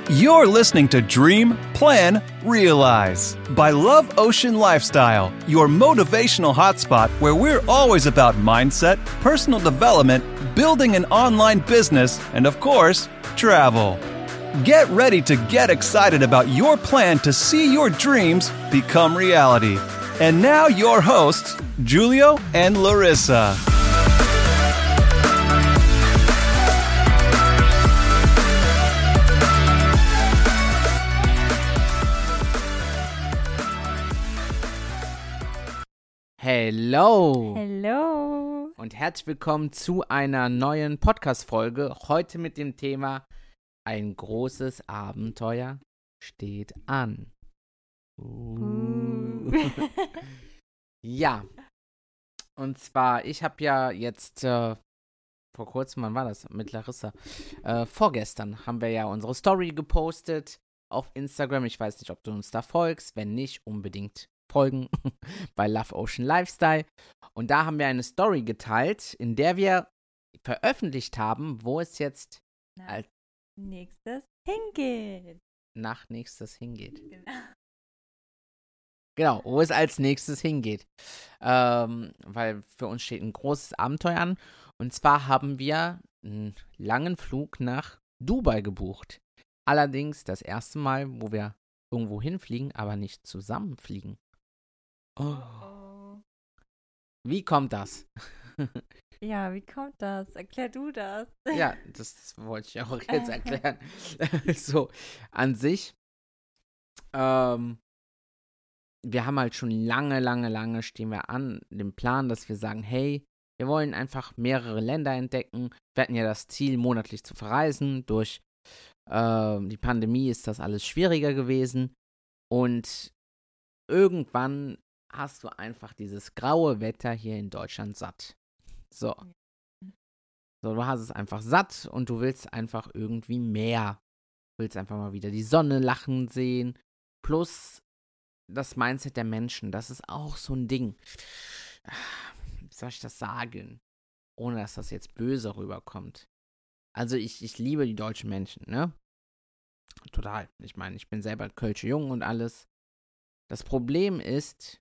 You're listening to Dream, Plan, Realize by Love Ocean Lifestyle, your motivational hotspot where we're always about mindset, personal development, building an online business, and of course, travel. Get ready to get excited about your plan to see your dreams become reality. And now your hosts, Julio and Larissa. Hello! Hello! Und herzlich willkommen zu einer neuen Podcast-Folge. Heute mit dem Thema Ein großes Abenteuer steht an. Ja, und zwar, ich habe ja jetzt vor kurzem, wann war das? Mit Larissa. Vorgestern haben wir ja unsere Story gepostet auf Instagram. Ich weiß nicht, ob du uns da folgst. Wenn nicht, unbedingt folgen bei Love Ocean Lifestyle. Und da haben wir eine Story geteilt, in der wir veröffentlicht haben, wo es jetzt als nächstes hingeht. Nach nächstes hingeht. Genau, wo es als nächstes hingeht. Weil für uns steht ein großes Abenteuer an. Und zwar haben wir einen langen Flug nach Dubai gebucht. Allerdings das erste Mal, wo wir irgendwo hinfliegen, aber nicht zusammenfliegen. Oh. Wie kommt das? Ja, wie kommt das? Erklär du das. Ja, das wollte ich auch jetzt erklären. So, an sich, wir haben halt schon lange stehen wir an dem Plan, dass wir sagen, hey, wir wollen einfach mehrere Länder entdecken. Wir hatten ja das Ziel, monatlich zu verreisen. Durch die Pandemie ist das alles schwieriger gewesen. Und irgendwann hast du einfach dieses graue Wetter hier in Deutschland satt. So, du hast es einfach satt und du willst einfach irgendwie mehr. Du willst einfach mal wieder die Sonne lachen sehen. Plus das Mindset der Menschen, das ist auch so ein Ding. Wie soll ich das sagen? Ohne dass das jetzt böse rüberkommt. Also ich liebe die deutschen Menschen, ne? Total. Ich meine, ich bin selber Kölsche Jung und alles. Das Problem ist,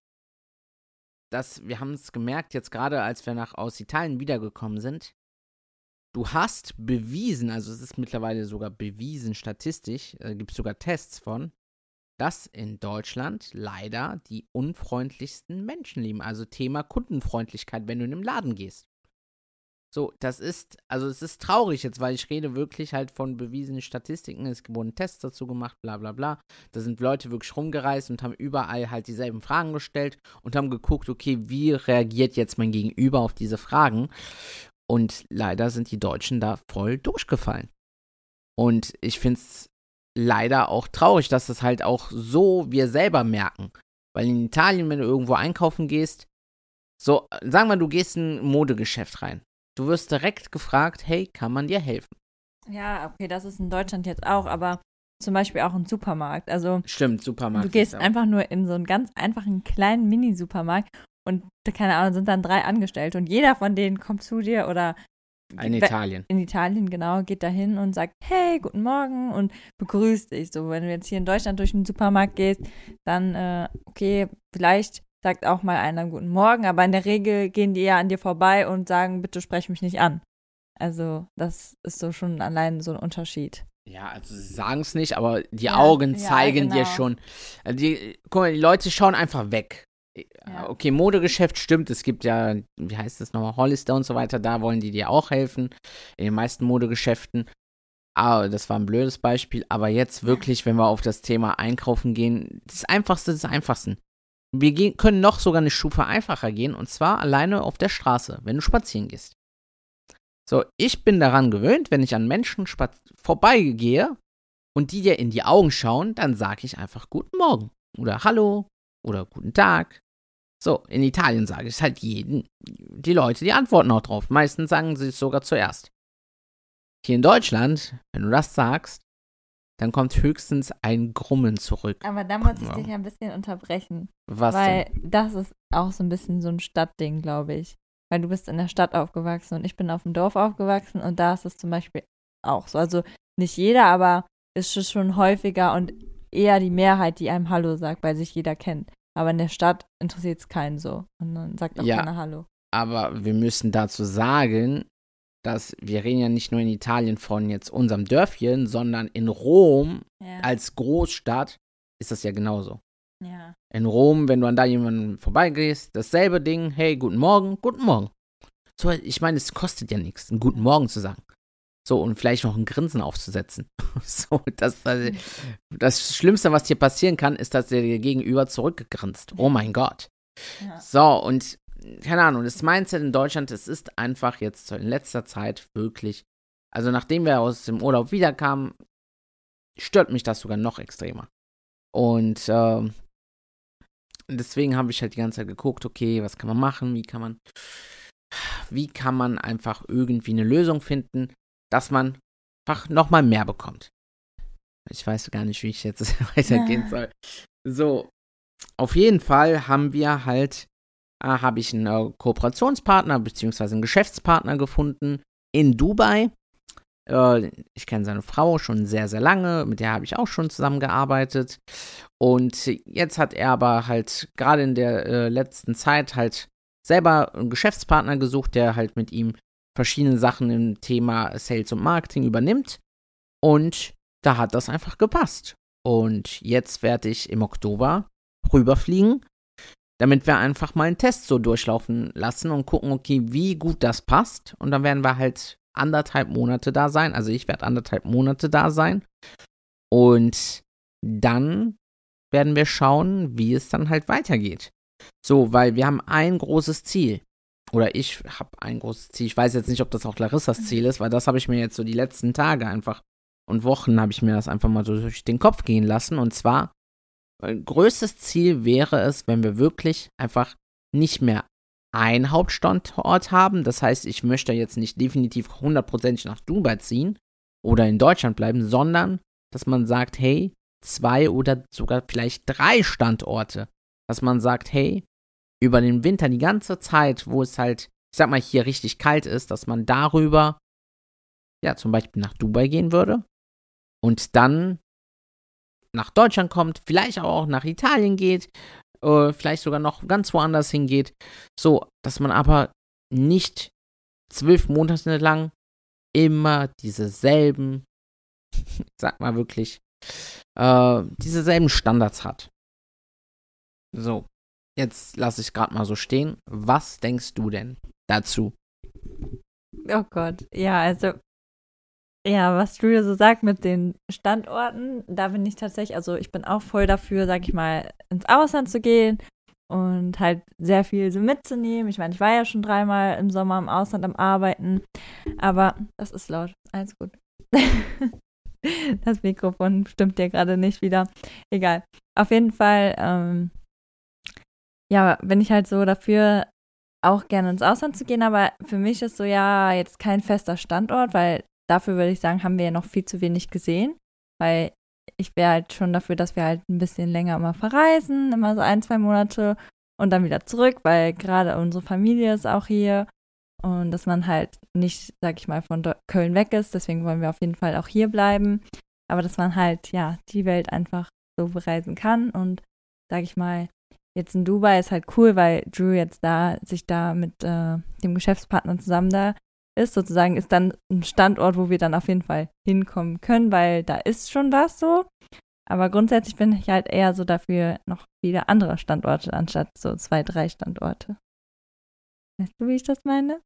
dass wir haben es gemerkt, jetzt gerade als wir aus Italien wiedergekommen sind, du hast bewiesen, also es ist mittlerweile sogar bewiesen statistisch, gibt es sogar Tests von, dass in Deutschland leider die unfreundlichsten Menschen leben. Also Thema Kundenfreundlichkeit, wenn du in den Laden gehst. So, es ist traurig jetzt, weil ich rede wirklich halt von bewiesenen Statistiken. Es wurden Tests dazu gemacht, bla bla bla. Da sind Leute wirklich rumgereist und haben überall halt dieselben Fragen gestellt und haben geguckt, okay, wie reagiert jetzt mein Gegenüber auf diese Fragen? Und leider sind die Deutschen da voll durchgefallen. Und ich finde es leider auch traurig, dass das halt auch so wir selber merken. Weil in Italien, wenn du irgendwo einkaufen gehst, so, sagen wir, du gehst in ein Modegeschäft rein. Du wirst direkt gefragt, hey, kann man dir helfen? Ja, okay, das ist in Deutschland jetzt auch, aber zum Beispiel auch im Supermarkt. Also stimmt, Supermarkt. Du gehst einfach nur in so einen ganz einfachen kleinen Mini-Supermarkt und, keine Ahnung, sind dann 3 Angestellte und jeder von denen kommt zu dir oder in Italien. In Italien, genau, geht da hin und sagt, hey, guten Morgen und begrüßt dich. So, wenn du jetzt hier in Deutschland durch den Supermarkt gehst, dann, okay, vielleicht sagt auch mal einer guten Morgen, aber in der Regel gehen die eher an dir vorbei und sagen, bitte sprech mich nicht an. Also das ist so schon allein so ein Unterschied. Ja, also sie sagen es nicht, aber die Augen zeigen dir schon. Guck mal, die Leute schauen einfach weg. Ja. Okay, Modegeschäft stimmt, es gibt ja, wie heißt das nochmal, Hollister und so weiter, da wollen die dir auch helfen, in den meisten Modegeschäften. Aber das war ein blödes Beispiel, aber jetzt wirklich, wenn wir auf das Thema Einkaufen gehen, das Einfachste des Einfachsten. Wir können noch sogar eine Stufe einfacher gehen, und zwar alleine auf der Straße, wenn du spazieren gehst. So, ich bin daran gewöhnt, wenn ich an Menschen vorbeigehe und die dir in die Augen schauen, dann sage ich einfach Guten Morgen oder Hallo oder Guten Tag. So, in Italien sage ich es halt jedem. Die Leute, die antworten auch drauf. Meistens sagen sie es sogar zuerst. Hier in Deutschland, wenn du das sagst, dann kommt höchstens ein Grummen zurück. Aber da muss ich dich ein bisschen unterbrechen. Was weil denn? Das ist auch so ein bisschen so ein Stadtding, glaube ich. Weil du bist in der Stadt aufgewachsen und ich bin auf dem Dorf aufgewachsen und da ist es zum Beispiel auch so. Also nicht jeder, aber ist es schon häufiger und eher die Mehrheit, die einem Hallo sagt, weil sich jeder kennt. Aber in der Stadt interessiert es keinen so. Und dann sagt auch keiner Hallo. Aber wir müssen dazu sagen, dass wir reden ja nicht nur in Italien von jetzt unserem Dörfchen, sondern in Rom als Großstadt ist das ja genauso. Ja. In Rom, wenn du an da jemanden vorbeigehst, dasselbe Ding, hey, guten Morgen, guten Morgen. So, ich meine, es kostet ja nichts, einen guten Morgen zu sagen. So, und vielleicht noch ein Grinsen aufzusetzen. So, das Schlimmste, was dir passieren kann, ist, dass der dir gegenüber zurückgegrinst. Oh mein Gott. Ja. So, und keine Ahnung, das Mindset in Deutschland, es ist einfach jetzt in letzter Zeit wirklich, also nachdem wir aus dem Urlaub wiederkamen, stört mich das sogar noch extremer. Und deswegen habe ich halt die ganze Zeit geguckt, okay, was kann man machen, wie kann man einfach irgendwie eine Lösung finden, dass man einfach nochmal mehr bekommt. Ich weiß gar nicht, wie ich jetzt weitergehen soll. So, auf jeden Fall habe ich einen Kooperationspartner bzw. einen Geschäftspartner gefunden in Dubai. Ich kenne seine Frau schon sehr, sehr lange, mit der habe ich auch schon zusammengearbeitet. Und jetzt hat er aber halt gerade in der letzten Zeit halt selber einen Geschäftspartner gesucht, der halt mit ihm verschiedene Sachen im Thema Sales und Marketing übernimmt. Und da hat das einfach gepasst. Und jetzt werde ich im Oktober rüberfliegen, damit wir einfach mal einen Test so durchlaufen lassen und gucken, okay, wie gut das passt. Und dann werden wir halt 1,5 Monate da sein. Also ich werde 1,5 Monate da sein. Und dann werden wir schauen, wie es dann halt weitergeht. So, weil wir haben ein großes Ziel. Oder ich habe ein großes Ziel. Ich weiß jetzt nicht, ob das auch Larissas Ziel ist, weil das habe ich mir jetzt so die letzten Tage einfach und Wochen habe ich mir das einfach mal so durch den Kopf gehen lassen. Und zwar, mein größtes Ziel wäre es, wenn wir wirklich einfach nicht mehr einen Hauptstandort haben. Das heißt, ich möchte jetzt nicht definitiv 100% nach Dubai ziehen oder in Deutschland bleiben, sondern, dass man sagt, hey, 2 oder sogar vielleicht 3 Standorte. Dass man sagt, hey, über den Winter die ganze Zeit, wo es halt, ich sag mal, hier richtig kalt ist, dass man darüber, ja, zum Beispiel nach Dubai gehen würde und dann nach Deutschland kommt, vielleicht auch nach Italien geht, vielleicht sogar noch ganz woanders hingeht, so, dass man aber nicht 12 Monate lang immer dieselben, ich sag mal wirklich, dieselben Standards hat. So, jetzt lasse ich gerade mal so stehen. Was denkst du denn dazu? Oh Gott, ja, also, ja, was Julia so sagt mit den Standorten, da bin ich tatsächlich, also ich bin auch voll dafür, sag ich mal, ins Ausland zu gehen und halt sehr viel so mitzunehmen. Ich meine, ich war ja schon 3-mal im Sommer im Ausland am Arbeiten, aber das ist laut, alles gut. Das Mikrofon stimmt dir gerade nicht wieder. Egal. Auf jeden Fall, ja, bin ich halt so dafür, auch gerne ins Ausland zu gehen, aber für mich ist so ja jetzt kein fester Standort, weil dafür würde ich sagen, haben wir ja noch viel zu wenig gesehen, weil ich wäre halt schon dafür, dass wir halt ein bisschen länger immer verreisen, immer so 1-2 Monate und dann wieder zurück, weil gerade unsere Familie ist auch hier und dass man halt nicht, sag ich mal, von Köln weg ist, deswegen wollen wir auf jeden Fall auch hier bleiben, aber dass man halt, ja, die Welt einfach so bereisen kann und, sag ich mal, jetzt in Dubai ist halt cool, weil Drew jetzt sich da mit dem Geschäftspartner zusammen da ist, sozusagen ist dann ein Standort, wo wir dann auf jeden Fall hinkommen können, weil da ist schon was so. Aber grundsätzlich bin ich halt eher so dafür noch viele andere Standorte, anstatt so 2, 3 Standorte. Weißt du, wie ich das meine?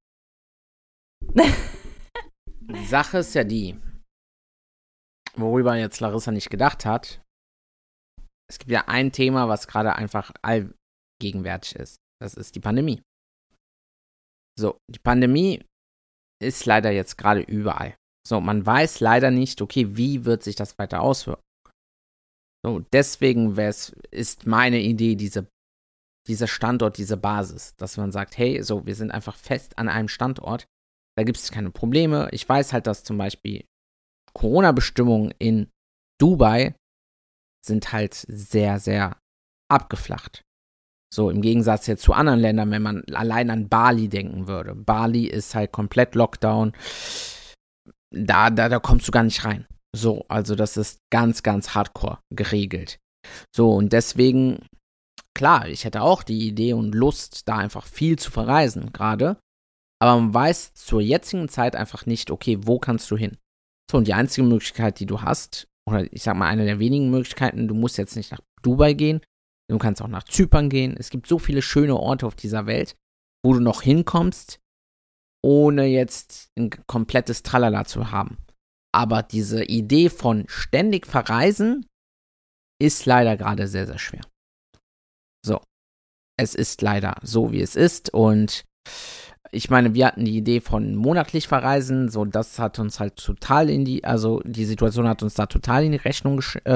Die Sache ist ja die, worüber jetzt Larissa nicht gedacht hat. Es gibt ja ein Thema, was gerade einfach allgegenwärtig ist. Das ist die Pandemie. So, die Pandemie ist leider jetzt gerade überall. So, man weiß leider nicht, okay, wie wird sich das weiter auswirken. So, deswegen ist meine Idee, dieser Standort, diese Basis, dass man sagt, hey, so, wir sind einfach fest an einem Standort, da gibt es keine Probleme. Ich weiß halt, dass zum Beispiel Corona-Bestimmungen in Dubai sind halt sehr, sehr abgeflacht. So, im Gegensatz jetzt zu anderen Ländern, wenn man allein an Bali denken würde. Bali ist halt komplett Lockdown. Da kommst du gar nicht rein. So, also das ist ganz, ganz hardcore geregelt. So, und deswegen, klar, ich hätte auch die Idee und Lust, da einfach viel zu verreisen gerade. Aber man weiß zur jetzigen Zeit einfach nicht, okay, wo kannst du hin? So, und die einzige Möglichkeit, die du hast, oder ich sag mal, eine der wenigen Möglichkeiten, du musst jetzt nicht nach Dubai gehen, du kannst auch nach Zypern gehen. Es gibt so viele schöne Orte auf dieser Welt, wo du noch hinkommst, ohne jetzt ein komplettes Tralala zu haben. Aber diese Idee von ständig verreisen ist leider gerade sehr, sehr schwer. So, es ist leider so, wie es ist. Und ich meine, wir hatten die Idee von monatlich verreisen. So, das hat uns halt total die Situation hat uns da total in die Rechnung,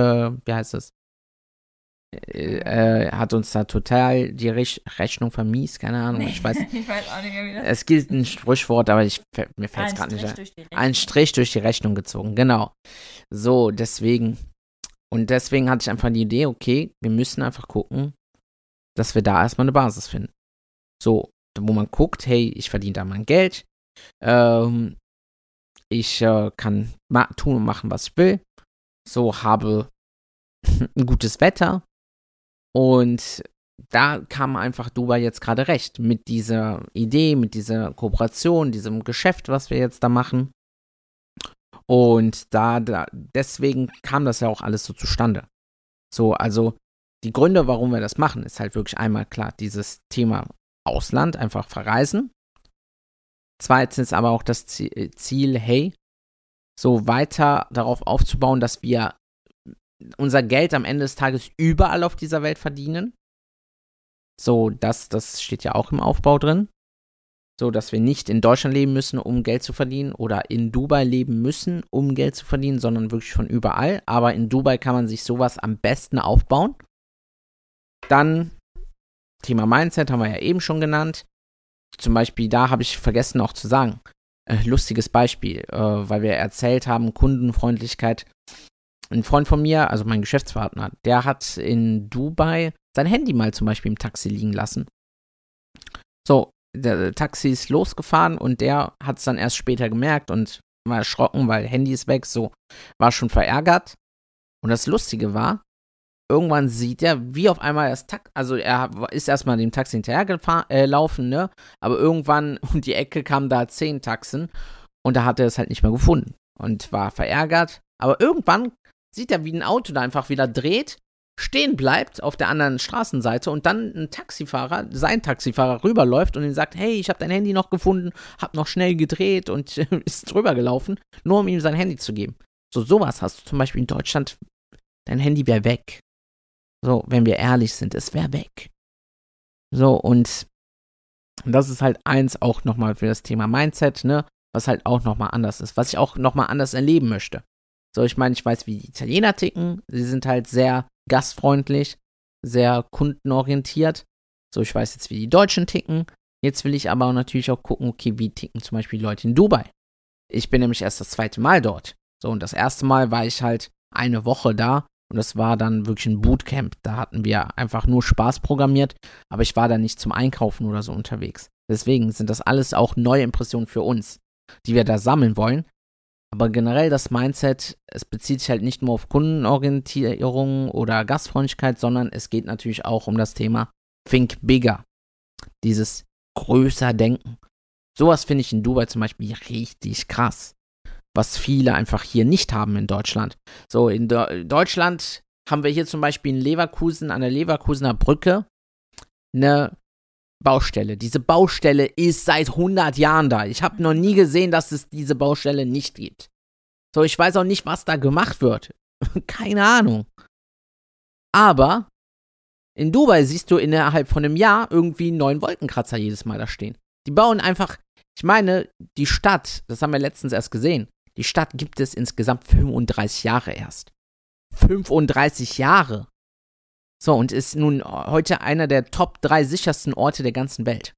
hat uns da total die Rechnung vermiest, keine Ahnung. Nee, ich weiß auch nicht mehr, wie das Es gilt ein Sprichwort, aber mir fällt es gerade nicht ein. Ein Strich durch die Rechnung gezogen, genau. So, deswegen hatte ich einfach die Idee, okay, wir müssen einfach gucken, dass wir da erstmal eine Basis finden. So, wo man guckt, hey, ich verdiene da mein Geld, ich kann tun und machen, was ich will, so, habe ein gutes Wetter. Und da kam einfach Dubai jetzt gerade recht mit dieser Idee, mit dieser Kooperation, diesem Geschäft, was wir jetzt da machen. Und deswegen kam das ja auch alles so zustande. So, also die Gründe, warum wir das machen, ist halt wirklich einmal klar, dieses Thema Ausland, einfach verreisen. Zweitens aber auch das Ziel, hey, so weiter darauf aufzubauen, dass wir unser Geld am Ende des Tages überall auf dieser Welt verdienen. So, das steht ja auch im Aufbau drin. So, dass wir nicht in Deutschland leben müssen, um Geld zu verdienen, oder in Dubai leben müssen, um Geld zu verdienen, sondern wirklich von überall. Aber in Dubai kann man sich sowas am besten aufbauen. Dann, Thema Mindset haben wir ja eben schon genannt. Zum Beispiel, da habe ich vergessen auch zu sagen, lustiges Beispiel, weil wir erzählt haben, Kundenfreundlichkeit. Ein Freund von mir, also mein Geschäftspartner, der hat in Dubai sein Handy mal zum Beispiel im Taxi liegen lassen. So, der Taxi ist losgefahren und der hat es dann erst später gemerkt und war erschrocken, weil Handy ist weg, so, war schon verärgert. Und das Lustige war, irgendwann sieht er, wie auf einmal das Taxi, also er ist erstmal dem Taxi hinterhergelaufen, ne, aber irgendwann um die Ecke kamen da 10 Taxen und da hat er es halt nicht mehr gefunden und war verärgert. Aber irgendwann sieht er, wie ein Auto da einfach wieder dreht, stehen bleibt auf der anderen Straßenseite und dann sein Taxifahrer rüberläuft und ihm sagt, hey, ich habe dein Handy noch gefunden, hab noch schnell gedreht und ist drüber gelaufen, nur um ihm sein Handy zu geben. So, sowas hast du zum Beispiel in Deutschland, dein Handy wäre weg. So, wenn wir ehrlich sind, es wäre weg. So, und das ist halt eins auch nochmal für das Thema Mindset, ne, was halt auch nochmal anders ist, was ich auch nochmal anders erleben möchte. So, ich meine, ich weiß, wie die Italiener ticken. Sie sind halt sehr gastfreundlich, sehr kundenorientiert. So, ich weiß jetzt, wie die Deutschen ticken. Jetzt will ich aber natürlich auch gucken, okay, wie ticken zum Beispiel die Leute in Dubai. Ich bin nämlich erst das 2. Mal dort. So, und das erste Mal war ich halt eine Woche da und das war dann wirklich ein Bootcamp. Da hatten wir einfach nur Spaß programmiert, aber ich war da nicht zum Einkaufen oder so unterwegs. Deswegen sind das alles auch neue Impressionen für uns, die wir da sammeln wollen. Aber generell das Mindset, es bezieht sich halt nicht nur auf Kundenorientierung oder Gastfreundlichkeit, sondern es geht natürlich auch um das Thema Think Bigger. Dieses größer Denken. Sowas finde ich in Dubai zum Beispiel richtig krass. Was viele einfach hier nicht haben in Deutschland. So, in Deutschland haben wir hier zum Beispiel in Leverkusen, an der Leverkusener Brücke, eine Baustelle. Diese Baustelle ist seit 100 Jahren da. Ich habe noch nie gesehen, dass es diese Baustelle nicht gibt. So, ich weiß auch nicht, was da gemacht wird. Keine Ahnung. Aber in Dubai siehst du innerhalb von einem Jahr irgendwie 9 Wolkenkratzer jedes Mal da stehen. Die bauen einfach, ich meine, die Stadt, das haben wir letztens erst gesehen, die Stadt gibt es insgesamt 35 Jahre erst. 35 Jahre. So, und ist nun heute einer der Top 3 sichersten Orte der ganzen Welt.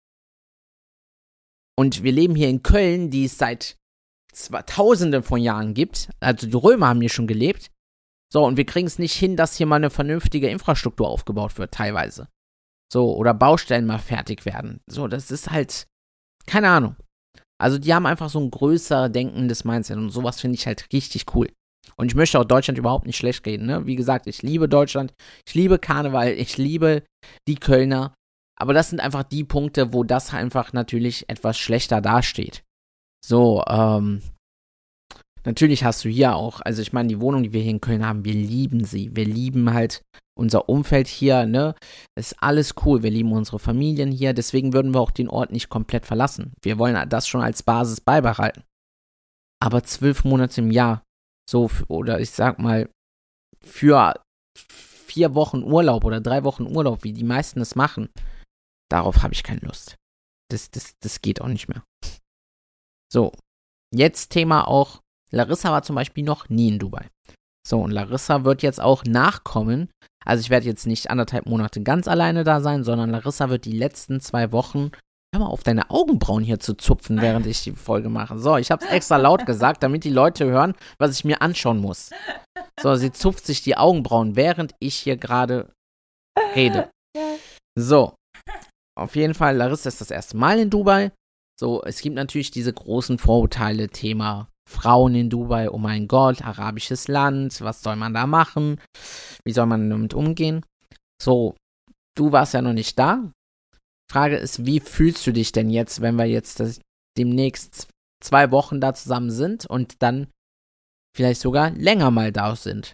Und wir leben hier in Köln, die es seit Tausenden von Jahren gibt. Also die Römer haben hier schon gelebt. So, und wir kriegen es nicht hin, dass hier mal eine vernünftige Infrastruktur aufgebaut wird, teilweise. So, oder Baustellen mal fertig werden. So, das ist halt, keine Ahnung. Also die haben einfach so ein größer denkendes Mindset und sowas finde ich halt richtig cool. Und ich möchte auch Deutschland überhaupt nicht schlecht reden, ne? Wie gesagt, ich liebe Deutschland, ich liebe Karneval, ich liebe die Kölner. Aber das sind einfach die Punkte, wo das einfach natürlich etwas schlechter dasteht. So, natürlich hast du hier auch, also ich meine, die Wohnung, die wir hier in Köln haben, wir lieben sie. Wir lieben halt unser Umfeld hier, ne? Ist alles cool. Wir lieben unsere Familien hier. Deswegen würden wir auch den Ort nicht komplett verlassen. Wir wollen das schon als Basis beibehalten. Aber 12 Monate im Jahr, so, oder ich sag mal, für 4 Wochen Urlaub oder 3 Wochen Urlaub, wie die meisten es machen, darauf habe ich keine Lust. Das geht auch nicht mehr. So, jetzt Thema auch, Larissa war zum Beispiel noch nie in Dubai. So, und Larissa wird jetzt auch nachkommen. Also ich werde jetzt nicht 1,5 Monate ganz alleine da sein, sondern Larissa wird die letzten 2 Wochen, hör mal auf, deine Augenbrauen hier zu zupfen, während ich die Folge mache. So, ich habe es extra laut gesagt, damit die Leute hören, was ich mir anschauen muss. So, sie zupft sich die Augenbrauen, während ich hier gerade rede. So, auf jeden Fall, Larissa ist das erste Mal in Dubai. So, es gibt natürlich diese großen Vorurteile, Thema Frauen in Dubai, oh mein Gott, arabisches Land, was soll man da machen? Wie soll man damit umgehen? So, du warst ja noch nicht da. Frage ist, wie fühlst du dich denn jetzt, wenn wir jetzt demnächst 2 Wochen da zusammen sind und dann vielleicht sogar länger mal da sind?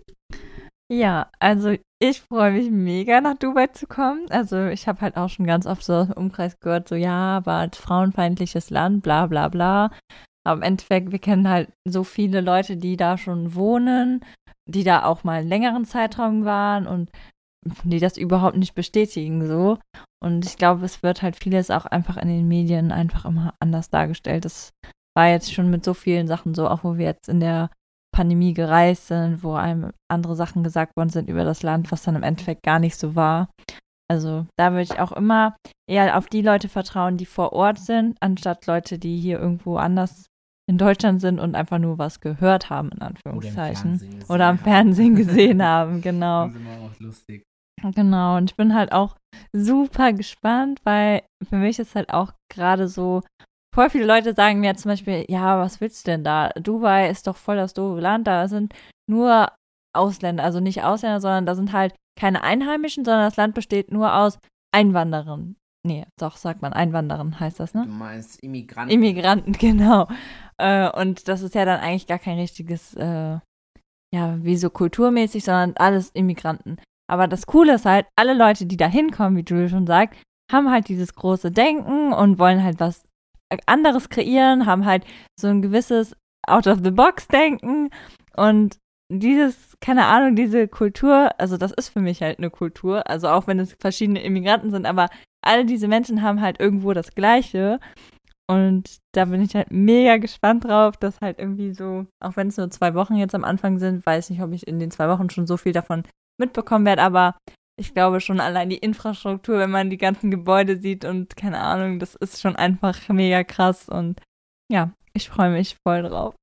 Ja, also ich freue mich mega, nach Dubai zu kommen. Also ich habe halt auch schon ganz oft so im Umkreis gehört, so ja, aber ein frauenfeindliches Land, bla bla bla. Aber im Endeffekt, wir kennen halt so viele Leute, die da schon wohnen, die da auch mal einen längeren Zeitraum waren und die das überhaupt nicht bestätigen so. Und ich glaube, es wird halt vieles auch einfach in den Medien einfach immer anders dargestellt. Das war jetzt schon mit so vielen Sachen so, auch wo wir jetzt in der Pandemie gereist sind, wo einem andere Sachen gesagt worden sind über das Land, was dann im Endeffekt gar nicht so war. Also da würde ich auch immer eher auf die Leute vertrauen, die vor Ort sind, anstatt Leute, die hier irgendwo anders in Deutschland sind und einfach nur was gehört haben, in Anführungszeichen. Oder am Fernsehen gesehen haben, genau. Das ist immer auch lustig. Genau, und ich bin halt auch super gespannt, weil für mich ist halt auch gerade so, voll viele Leute sagen mir zum Beispiel, ja, was willst du denn da? Dubai ist doch voll das doofe Land, da sind nur Ausländer, also nicht Ausländer, sondern da sind halt keine Einheimischen, sondern das Land besteht nur aus Einwanderern. Nee, doch, sagt man, Einwanderern heißt das, ne? Du meinst Immigranten. Immigranten, genau. Und das ist ja dann eigentlich gar kein richtiges, ja, wie so kulturmäßig, sondern alles Immigranten. Aber das Coole ist halt, alle Leute, die da hinkommen, wie Julie schon sagt, haben halt dieses große Denken und wollen halt was anderes kreieren, haben halt so ein gewisses Out-of-the-Box-Denken und dieses, keine Ahnung, diese Kultur, also das ist für mich halt eine Kultur, also auch wenn es verschiedene Immigranten sind, aber alle diese Menschen haben halt irgendwo das Gleiche und da bin ich halt mega gespannt drauf, dass halt irgendwie so, auch wenn es nur 2 Wochen jetzt am Anfang sind, weiß nicht, ob ich in den 2 Wochen schon so viel davon mitbekommen werde, aber ich glaube schon allein die Infrastruktur, wenn man die ganzen Gebäude sieht und keine Ahnung, das ist schon einfach mega krass und ja, ich freue mich voll drauf.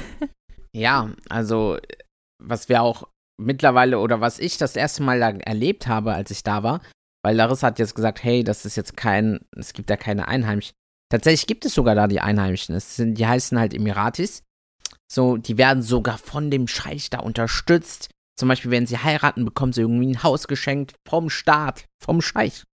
Ja, also was wir auch mittlerweile oder was ich das erste Mal da erlebt habe, als ich da war, weil Larissa hat jetzt gesagt, hey, das ist jetzt es gibt da keine Einheimischen. Tatsächlich gibt es sogar da die Einheimischen. Die heißen halt Emiratis. So, die werden sogar von dem Scheich da unterstützt. Zum Beispiel, wenn sie heiraten, bekommen sie irgendwie ein Haus geschenkt vom Staat, vom Scheich.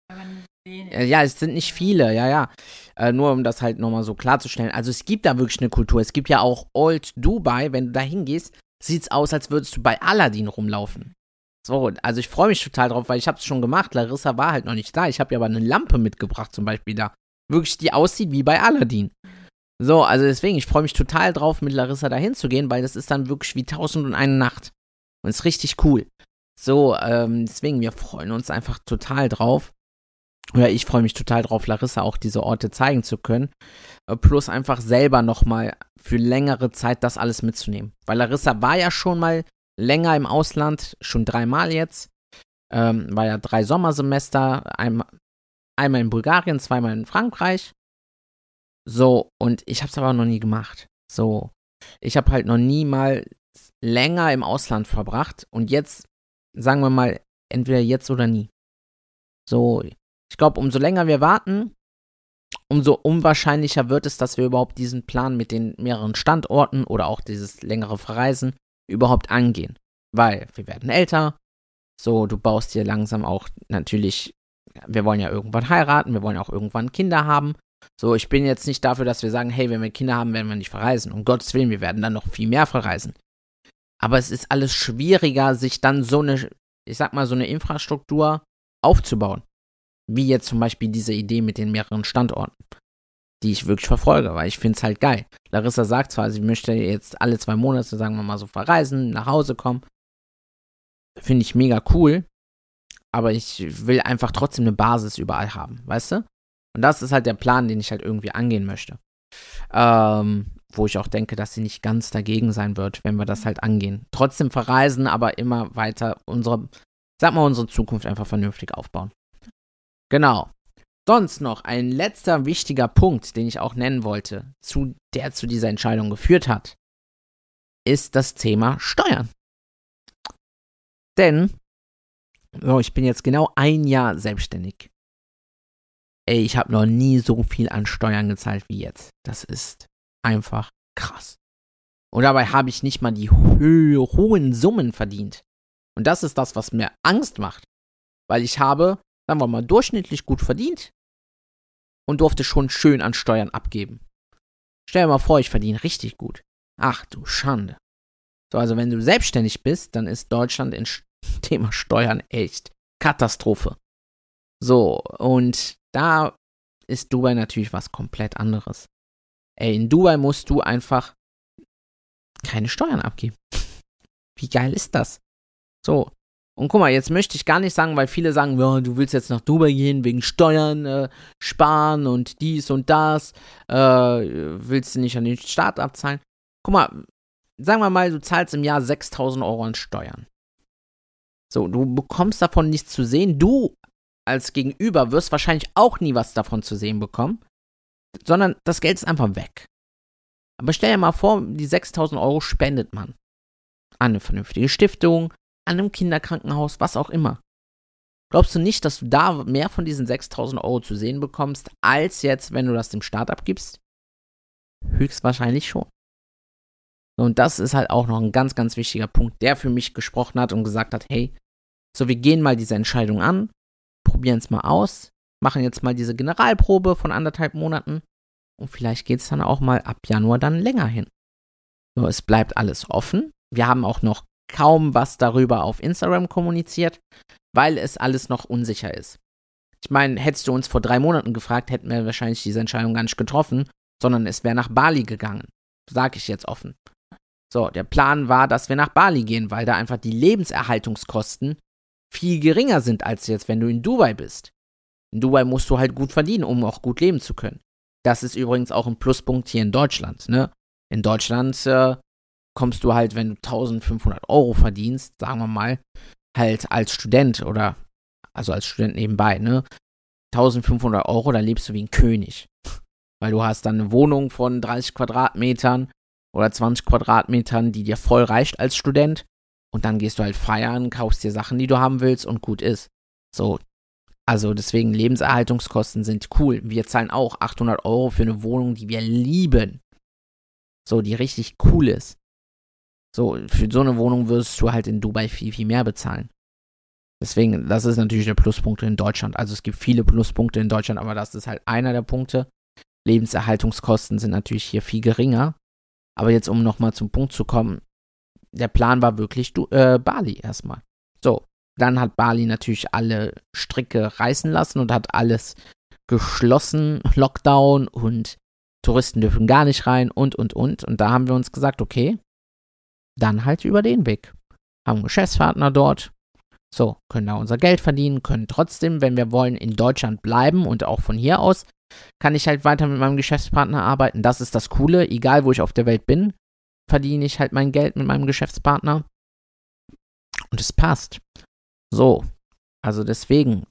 Ja, es sind nicht viele, ja. Nur um das halt nochmal so klarzustellen. Also es gibt da wirklich eine Kultur. Es gibt ja auch Old Dubai. Wenn du da hingehst, sieht's aus, als würdest du bei Aladdin rumlaufen. So, also ich freue mich total drauf, weil ich habe es schon gemacht. Larissa war halt noch nicht da. Ich habe ihr aber eine Lampe mitgebracht zum Beispiel da. Wirklich, die aussieht wie bei Aladdin. So, also deswegen, ich freue mich total drauf, mit Larissa da hinzugehen, weil das ist dann wirklich wie 1001 Nacht. Und ist richtig cool. So, deswegen, wir freuen uns einfach total drauf. Oder ich freue mich total drauf, Larissa auch diese Orte zeigen zu können. Plus einfach selber nochmal für längere Zeit das alles mitzunehmen. Weil Larissa war ja schon mal länger im Ausland, schon 3-mal jetzt. War ja 3 Sommersemester, einmal in Bulgarien, 2-mal in Frankreich. So, und ich habe es aber noch nie gemacht. So, ich habe halt noch nie mal länger im Ausland verbracht und jetzt, sagen wir mal, entweder jetzt oder nie. So, ich glaube, umso länger wir warten, umso unwahrscheinlicher wird es, dass wir überhaupt diesen Plan mit den mehreren Standorten oder auch dieses längere Verreisen überhaupt angehen. Weil wir werden älter, so, du baust dir langsam auch natürlich, wir wollen ja irgendwann heiraten, wir wollen auch irgendwann Kinder haben. So, ich bin jetzt nicht dafür, dass wir sagen, hey, wenn wir Kinder haben, werden wir nicht verreisen. Um Gottes Willen, wir werden dann noch viel mehr verreisen. Aber es ist alles schwieriger, sich dann so eine, ich sag mal, so eine Infrastruktur aufzubauen. Wie jetzt zum Beispiel diese Idee mit den mehreren Standorten, die ich wirklich verfolge, weil ich finde es halt geil. Larissa sagt zwar, sie möchte jetzt alle 2 Monate, sagen wir mal so, verreisen, nach Hause kommen. Finde ich mega cool, aber ich will einfach trotzdem eine Basis überall haben, weißt du? Und das ist halt der Plan, den ich halt irgendwie angehen möchte. Wo ich auch denke, dass sie nicht ganz dagegen sein wird, wenn wir das halt angehen. Trotzdem verreisen, aber immer weiter unsere Zukunft einfach vernünftig aufbauen. Genau. Sonst noch ein letzter wichtiger Punkt, den ich auch nennen wollte, der zu dieser Entscheidung geführt hat, ist das Thema Steuern. Denn, ich bin jetzt genau 1 Jahr selbstständig. Ey, ich habe noch nie so viel an Steuern gezahlt wie jetzt. Das ist einfach krass. Und dabei habe ich nicht mal die hohen Summen verdient. Und das ist das, was mir Angst macht. Weil ich habe, sagen wir mal, durchschnittlich gut verdient und durfte schon schön an Steuern abgeben. Stell dir mal vor, ich verdiene richtig gut. Ach du Schande. So, also wenn du selbstständig bist, dann ist Deutschland in Thema Steuern echt Katastrophe. So, und da ist Dubai natürlich was komplett anderes. Ey, in Dubai musst du einfach keine Steuern abgeben. Wie geil ist das? So, und guck mal, jetzt möchte ich gar nicht sagen, weil viele sagen, ja, du willst jetzt nach Dubai gehen wegen Steuern sparen und dies und das, willst du nicht an den Staat abzahlen? Guck mal, sagen wir mal, du zahlst im Jahr 6.000 Euro an Steuern. So, du bekommst davon nichts zu sehen. Du als Gegenüber wirst wahrscheinlich auch nie was davon zu sehen bekommen, sondern das Geld ist einfach weg. Aber stell dir mal vor, die 6.000 Euro spendet man an eine vernünftige Stiftung, an einem Kinderkrankenhaus, was auch immer. Glaubst du nicht, dass du da mehr von diesen 6.000 Euro zu sehen bekommst, als jetzt, wenn du das dem Staat abgibst? Höchstwahrscheinlich schon. Und das ist halt auch noch ein ganz, ganz wichtiger Punkt, der für mich gesprochen hat und gesagt hat, hey, so, wir gehen mal diese Entscheidung an, probieren es mal aus, machen jetzt mal diese Generalprobe von 1,5 Monaten und vielleicht geht es dann auch mal ab Januar dann länger hin. So, es bleibt alles offen. Wir haben auch noch kaum was darüber auf Instagram kommuniziert, weil es alles noch unsicher ist. Ich meine, hättest du uns vor 3 Monaten gefragt, hätten wir wahrscheinlich diese Entscheidung gar nicht getroffen, sondern es wäre nach Bali gegangen. Sag ich jetzt offen. So, der Plan war, dass wir nach Bali gehen, weil da einfach die Lebenserhaltungskosten viel geringer sind, als jetzt, wenn du in Dubai bist. In Dubai musst du halt gut verdienen, um auch gut leben zu können. Das ist übrigens auch ein Pluspunkt hier in Deutschland, ne? In Deutschland kommst du halt, wenn du 1.500 Euro verdienst, sagen wir mal, halt als Student oder, also als Student nebenbei, ne? 1.500 Euro, da lebst du wie ein König. Weil du hast dann eine Wohnung von 30 Quadratmetern oder 20 Quadratmetern, die dir voll reicht als Student. Und dann gehst du halt feiern, kaufst dir Sachen, die du haben willst und gut ist. So, also deswegen Lebenserhaltungskosten sind cool. Wir zahlen auch 800 Euro für eine Wohnung, die wir lieben. So, die richtig cool ist. So, für so eine Wohnung wirst du halt in Dubai viel, viel mehr bezahlen. Deswegen, das ist natürlich der Pluspunkt in Deutschland. Also es gibt viele Pluspunkte in Deutschland, aber das ist halt einer der Punkte. Lebenserhaltungskosten sind natürlich hier viel geringer. Aber jetzt, um nochmal zum Punkt zu kommen, der Plan war wirklich Bali erstmal. So, dann hat Bali natürlich alle Stricke reißen lassen und hat alles geschlossen, Lockdown und Touristen dürfen gar nicht rein und. Und da haben wir uns gesagt, okay, dann halt über den Weg. Haben einen Geschäftspartner dort, so, können da unser Geld verdienen, können trotzdem, wenn wir wollen, in Deutschland bleiben und auch von hier aus kann ich halt weiter mit meinem Geschäftspartner arbeiten. Das ist das Coole, egal wo ich auf der Welt bin, verdiene ich halt mein Geld mit meinem Geschäftspartner und es passt. So, also deswegen,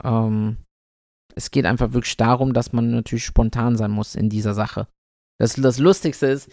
es geht einfach wirklich darum, dass man natürlich spontan sein muss in dieser Sache. Das Lustigste ist,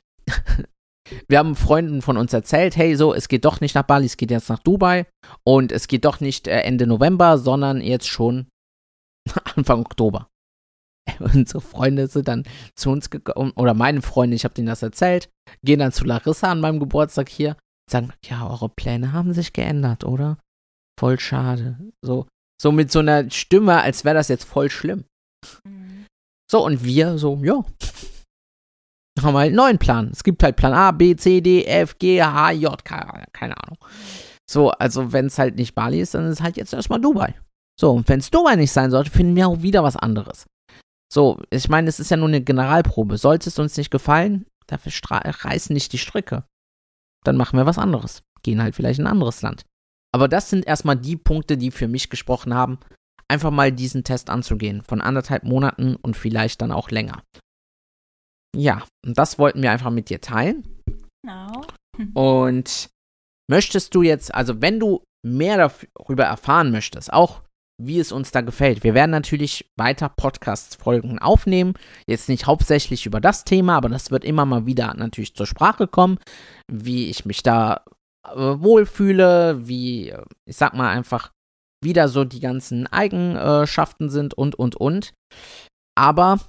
wir haben Freunden von uns erzählt, hey, so, es geht doch nicht nach Bali, es geht jetzt nach Dubai und es geht doch nicht Ende November, sondern jetzt schon Anfang Oktober. Unsere Freunde sind dann zu uns gekommen, oder meine Freunde, ich habe denen das erzählt, gehen dann zu Larissa an meinem Geburtstag hier, sagen, ja, eure Pläne haben sich geändert, oder? Voll schade. So mit so einer Stimme, als wäre das jetzt voll schlimm. So, und wir so, ja. Haben halt einen neuen Plan. Es gibt halt Plan A, B, C, D, F, G, H, J, keine Ahnung. So, also wenn es halt nicht Bali ist, dann ist es halt jetzt erstmal Dubai. So, und wenn es Dubai nicht sein sollte, finden wir auch wieder was anderes. So, ich meine, es ist ja nur eine Generalprobe. Sollte es uns nicht gefallen, dafür reißen nicht die Stricke. Dann machen wir was anderes. Gehen halt vielleicht in ein anderes Land. Aber das sind erstmal die Punkte, die für mich gesprochen haben, einfach mal diesen Test anzugehen. Von 1,5 Monaten und vielleicht dann auch länger. Ja, und das wollten wir einfach mit dir teilen. Genau. Und möchtest du jetzt, also wenn du mehr darüber erfahren möchtest, auch wie es uns da gefällt, wir werden natürlich weiter Podcast-Folgen aufnehmen, jetzt nicht hauptsächlich über das Thema, aber das wird immer mal wieder natürlich zur Sprache kommen, wie ich mich da wohlfühle, wie, ich sag mal einfach, wie da so die ganzen Eigenschaften sind und. Aber,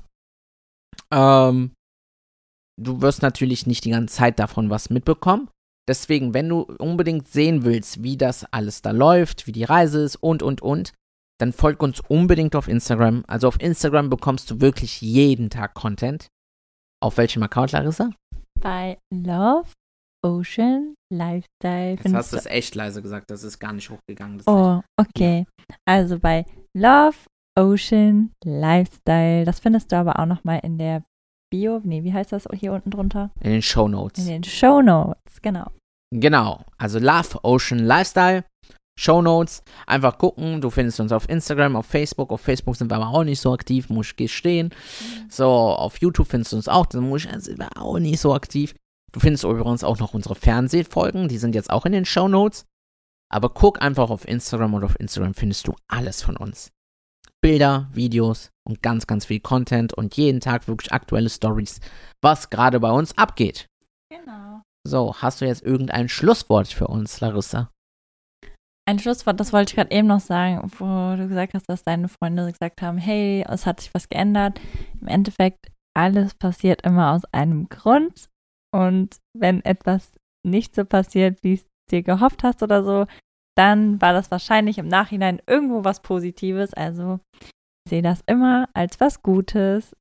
du wirst natürlich nicht die ganze Zeit davon was mitbekommen. Deswegen, wenn du unbedingt sehen willst, wie das alles da läuft, wie die Reise ist und, dann folg uns unbedingt auf Instagram. Also auf Instagram bekommst du wirklich jeden Tag Content. Auf welchem Account, Larissa? Bei Love Ocean Lifestyle. Jetzt hast du es echt leise gesagt, das ist gar nicht hochgegangen. Oh, okay. Also bei Love Ocean Lifestyle. Das findest du aber auch nochmal in der Bio. Nee, wie heißt das hier unten drunter? In den Shownotes. In den Shownotes, genau. Genau. Also Love Ocean Lifestyle. Shownotes, einfach gucken, du findest uns auf Instagram, auf Facebook sind wir aber auch nicht so aktiv, muss ich gestehen. So, auf YouTube findest du uns auch, sind wir auch nicht so aktiv. Du findest übrigens auch noch unsere Fernsehfolgen, die sind jetzt auch in den Shownotes. Aber guck einfach auf Instagram und auf Instagram findest du alles von uns. Bilder, Videos und ganz, ganz viel Content und jeden Tag wirklich aktuelle Stories, was gerade bei uns abgeht. Genau. So, hast du jetzt irgendein Schlusswort für uns, Larissa? Ein Schlusswort, das wollte ich gerade eben noch sagen, wo du gesagt hast, dass deine Freunde gesagt haben, hey, es hat sich was geändert. Im Endeffekt, alles passiert immer aus einem Grund. Und wenn etwas nicht so passiert, wie es dir gehofft hast oder so, dann war das wahrscheinlich im Nachhinein irgendwo was Positives. Also ich sehe das immer als was Gutes.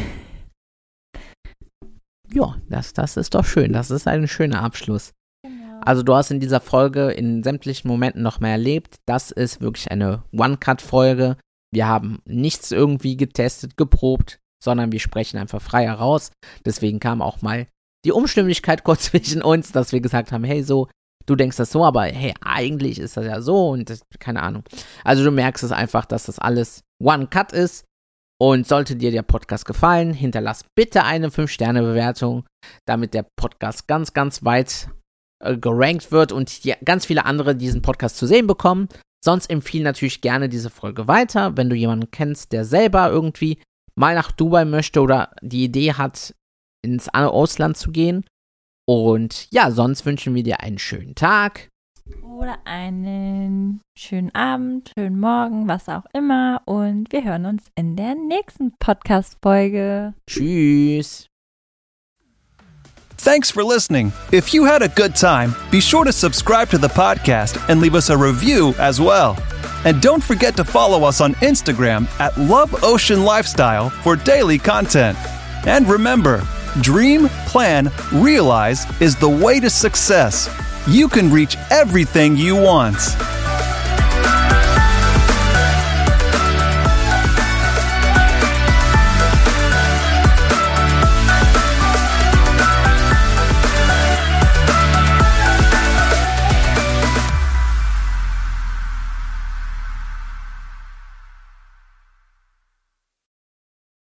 Ja, das ist doch schön. Das ist ein schöner Abschluss. Also du hast in dieser Folge in sämtlichen Momenten noch mehr erlebt. Das ist wirklich eine One-Cut-Folge. Wir haben nichts irgendwie getestet, geprobt, sondern wir sprechen einfach frei heraus. Deswegen kam auch mal die Umstimmigkeit kurz zwischen uns, dass wir gesagt haben, hey, so, du denkst das so, aber hey, eigentlich ist das ja so und das, keine Ahnung. Also du merkst es einfach, dass das alles One-Cut ist. Und sollte dir der Podcast gefallen, hinterlass bitte eine 5-Sterne-Bewertung, damit der Podcast ganz, ganz weit gerankt wird und ganz viele andere diesen Podcast zu sehen bekommen. Sonst empfehle natürlich gerne diese Folge weiter, wenn du jemanden kennst, der selber irgendwie mal nach Dubai möchte oder die Idee hat, ins Ausland zu gehen. Und ja, sonst wünschen wir dir einen schönen Tag. Oder einen schönen Abend, schönen Morgen, was auch immer. Und wir hören uns in der nächsten Podcast-Folge. Tschüss. Thanks for listening. If you had a good time, be sure to subscribe to the podcast and leave us a review as well. And don't forget to follow us on Instagram at Love Ocean Lifestyle for daily content. And remember, dream, plan, realize is the way to success. You can reach everything you want.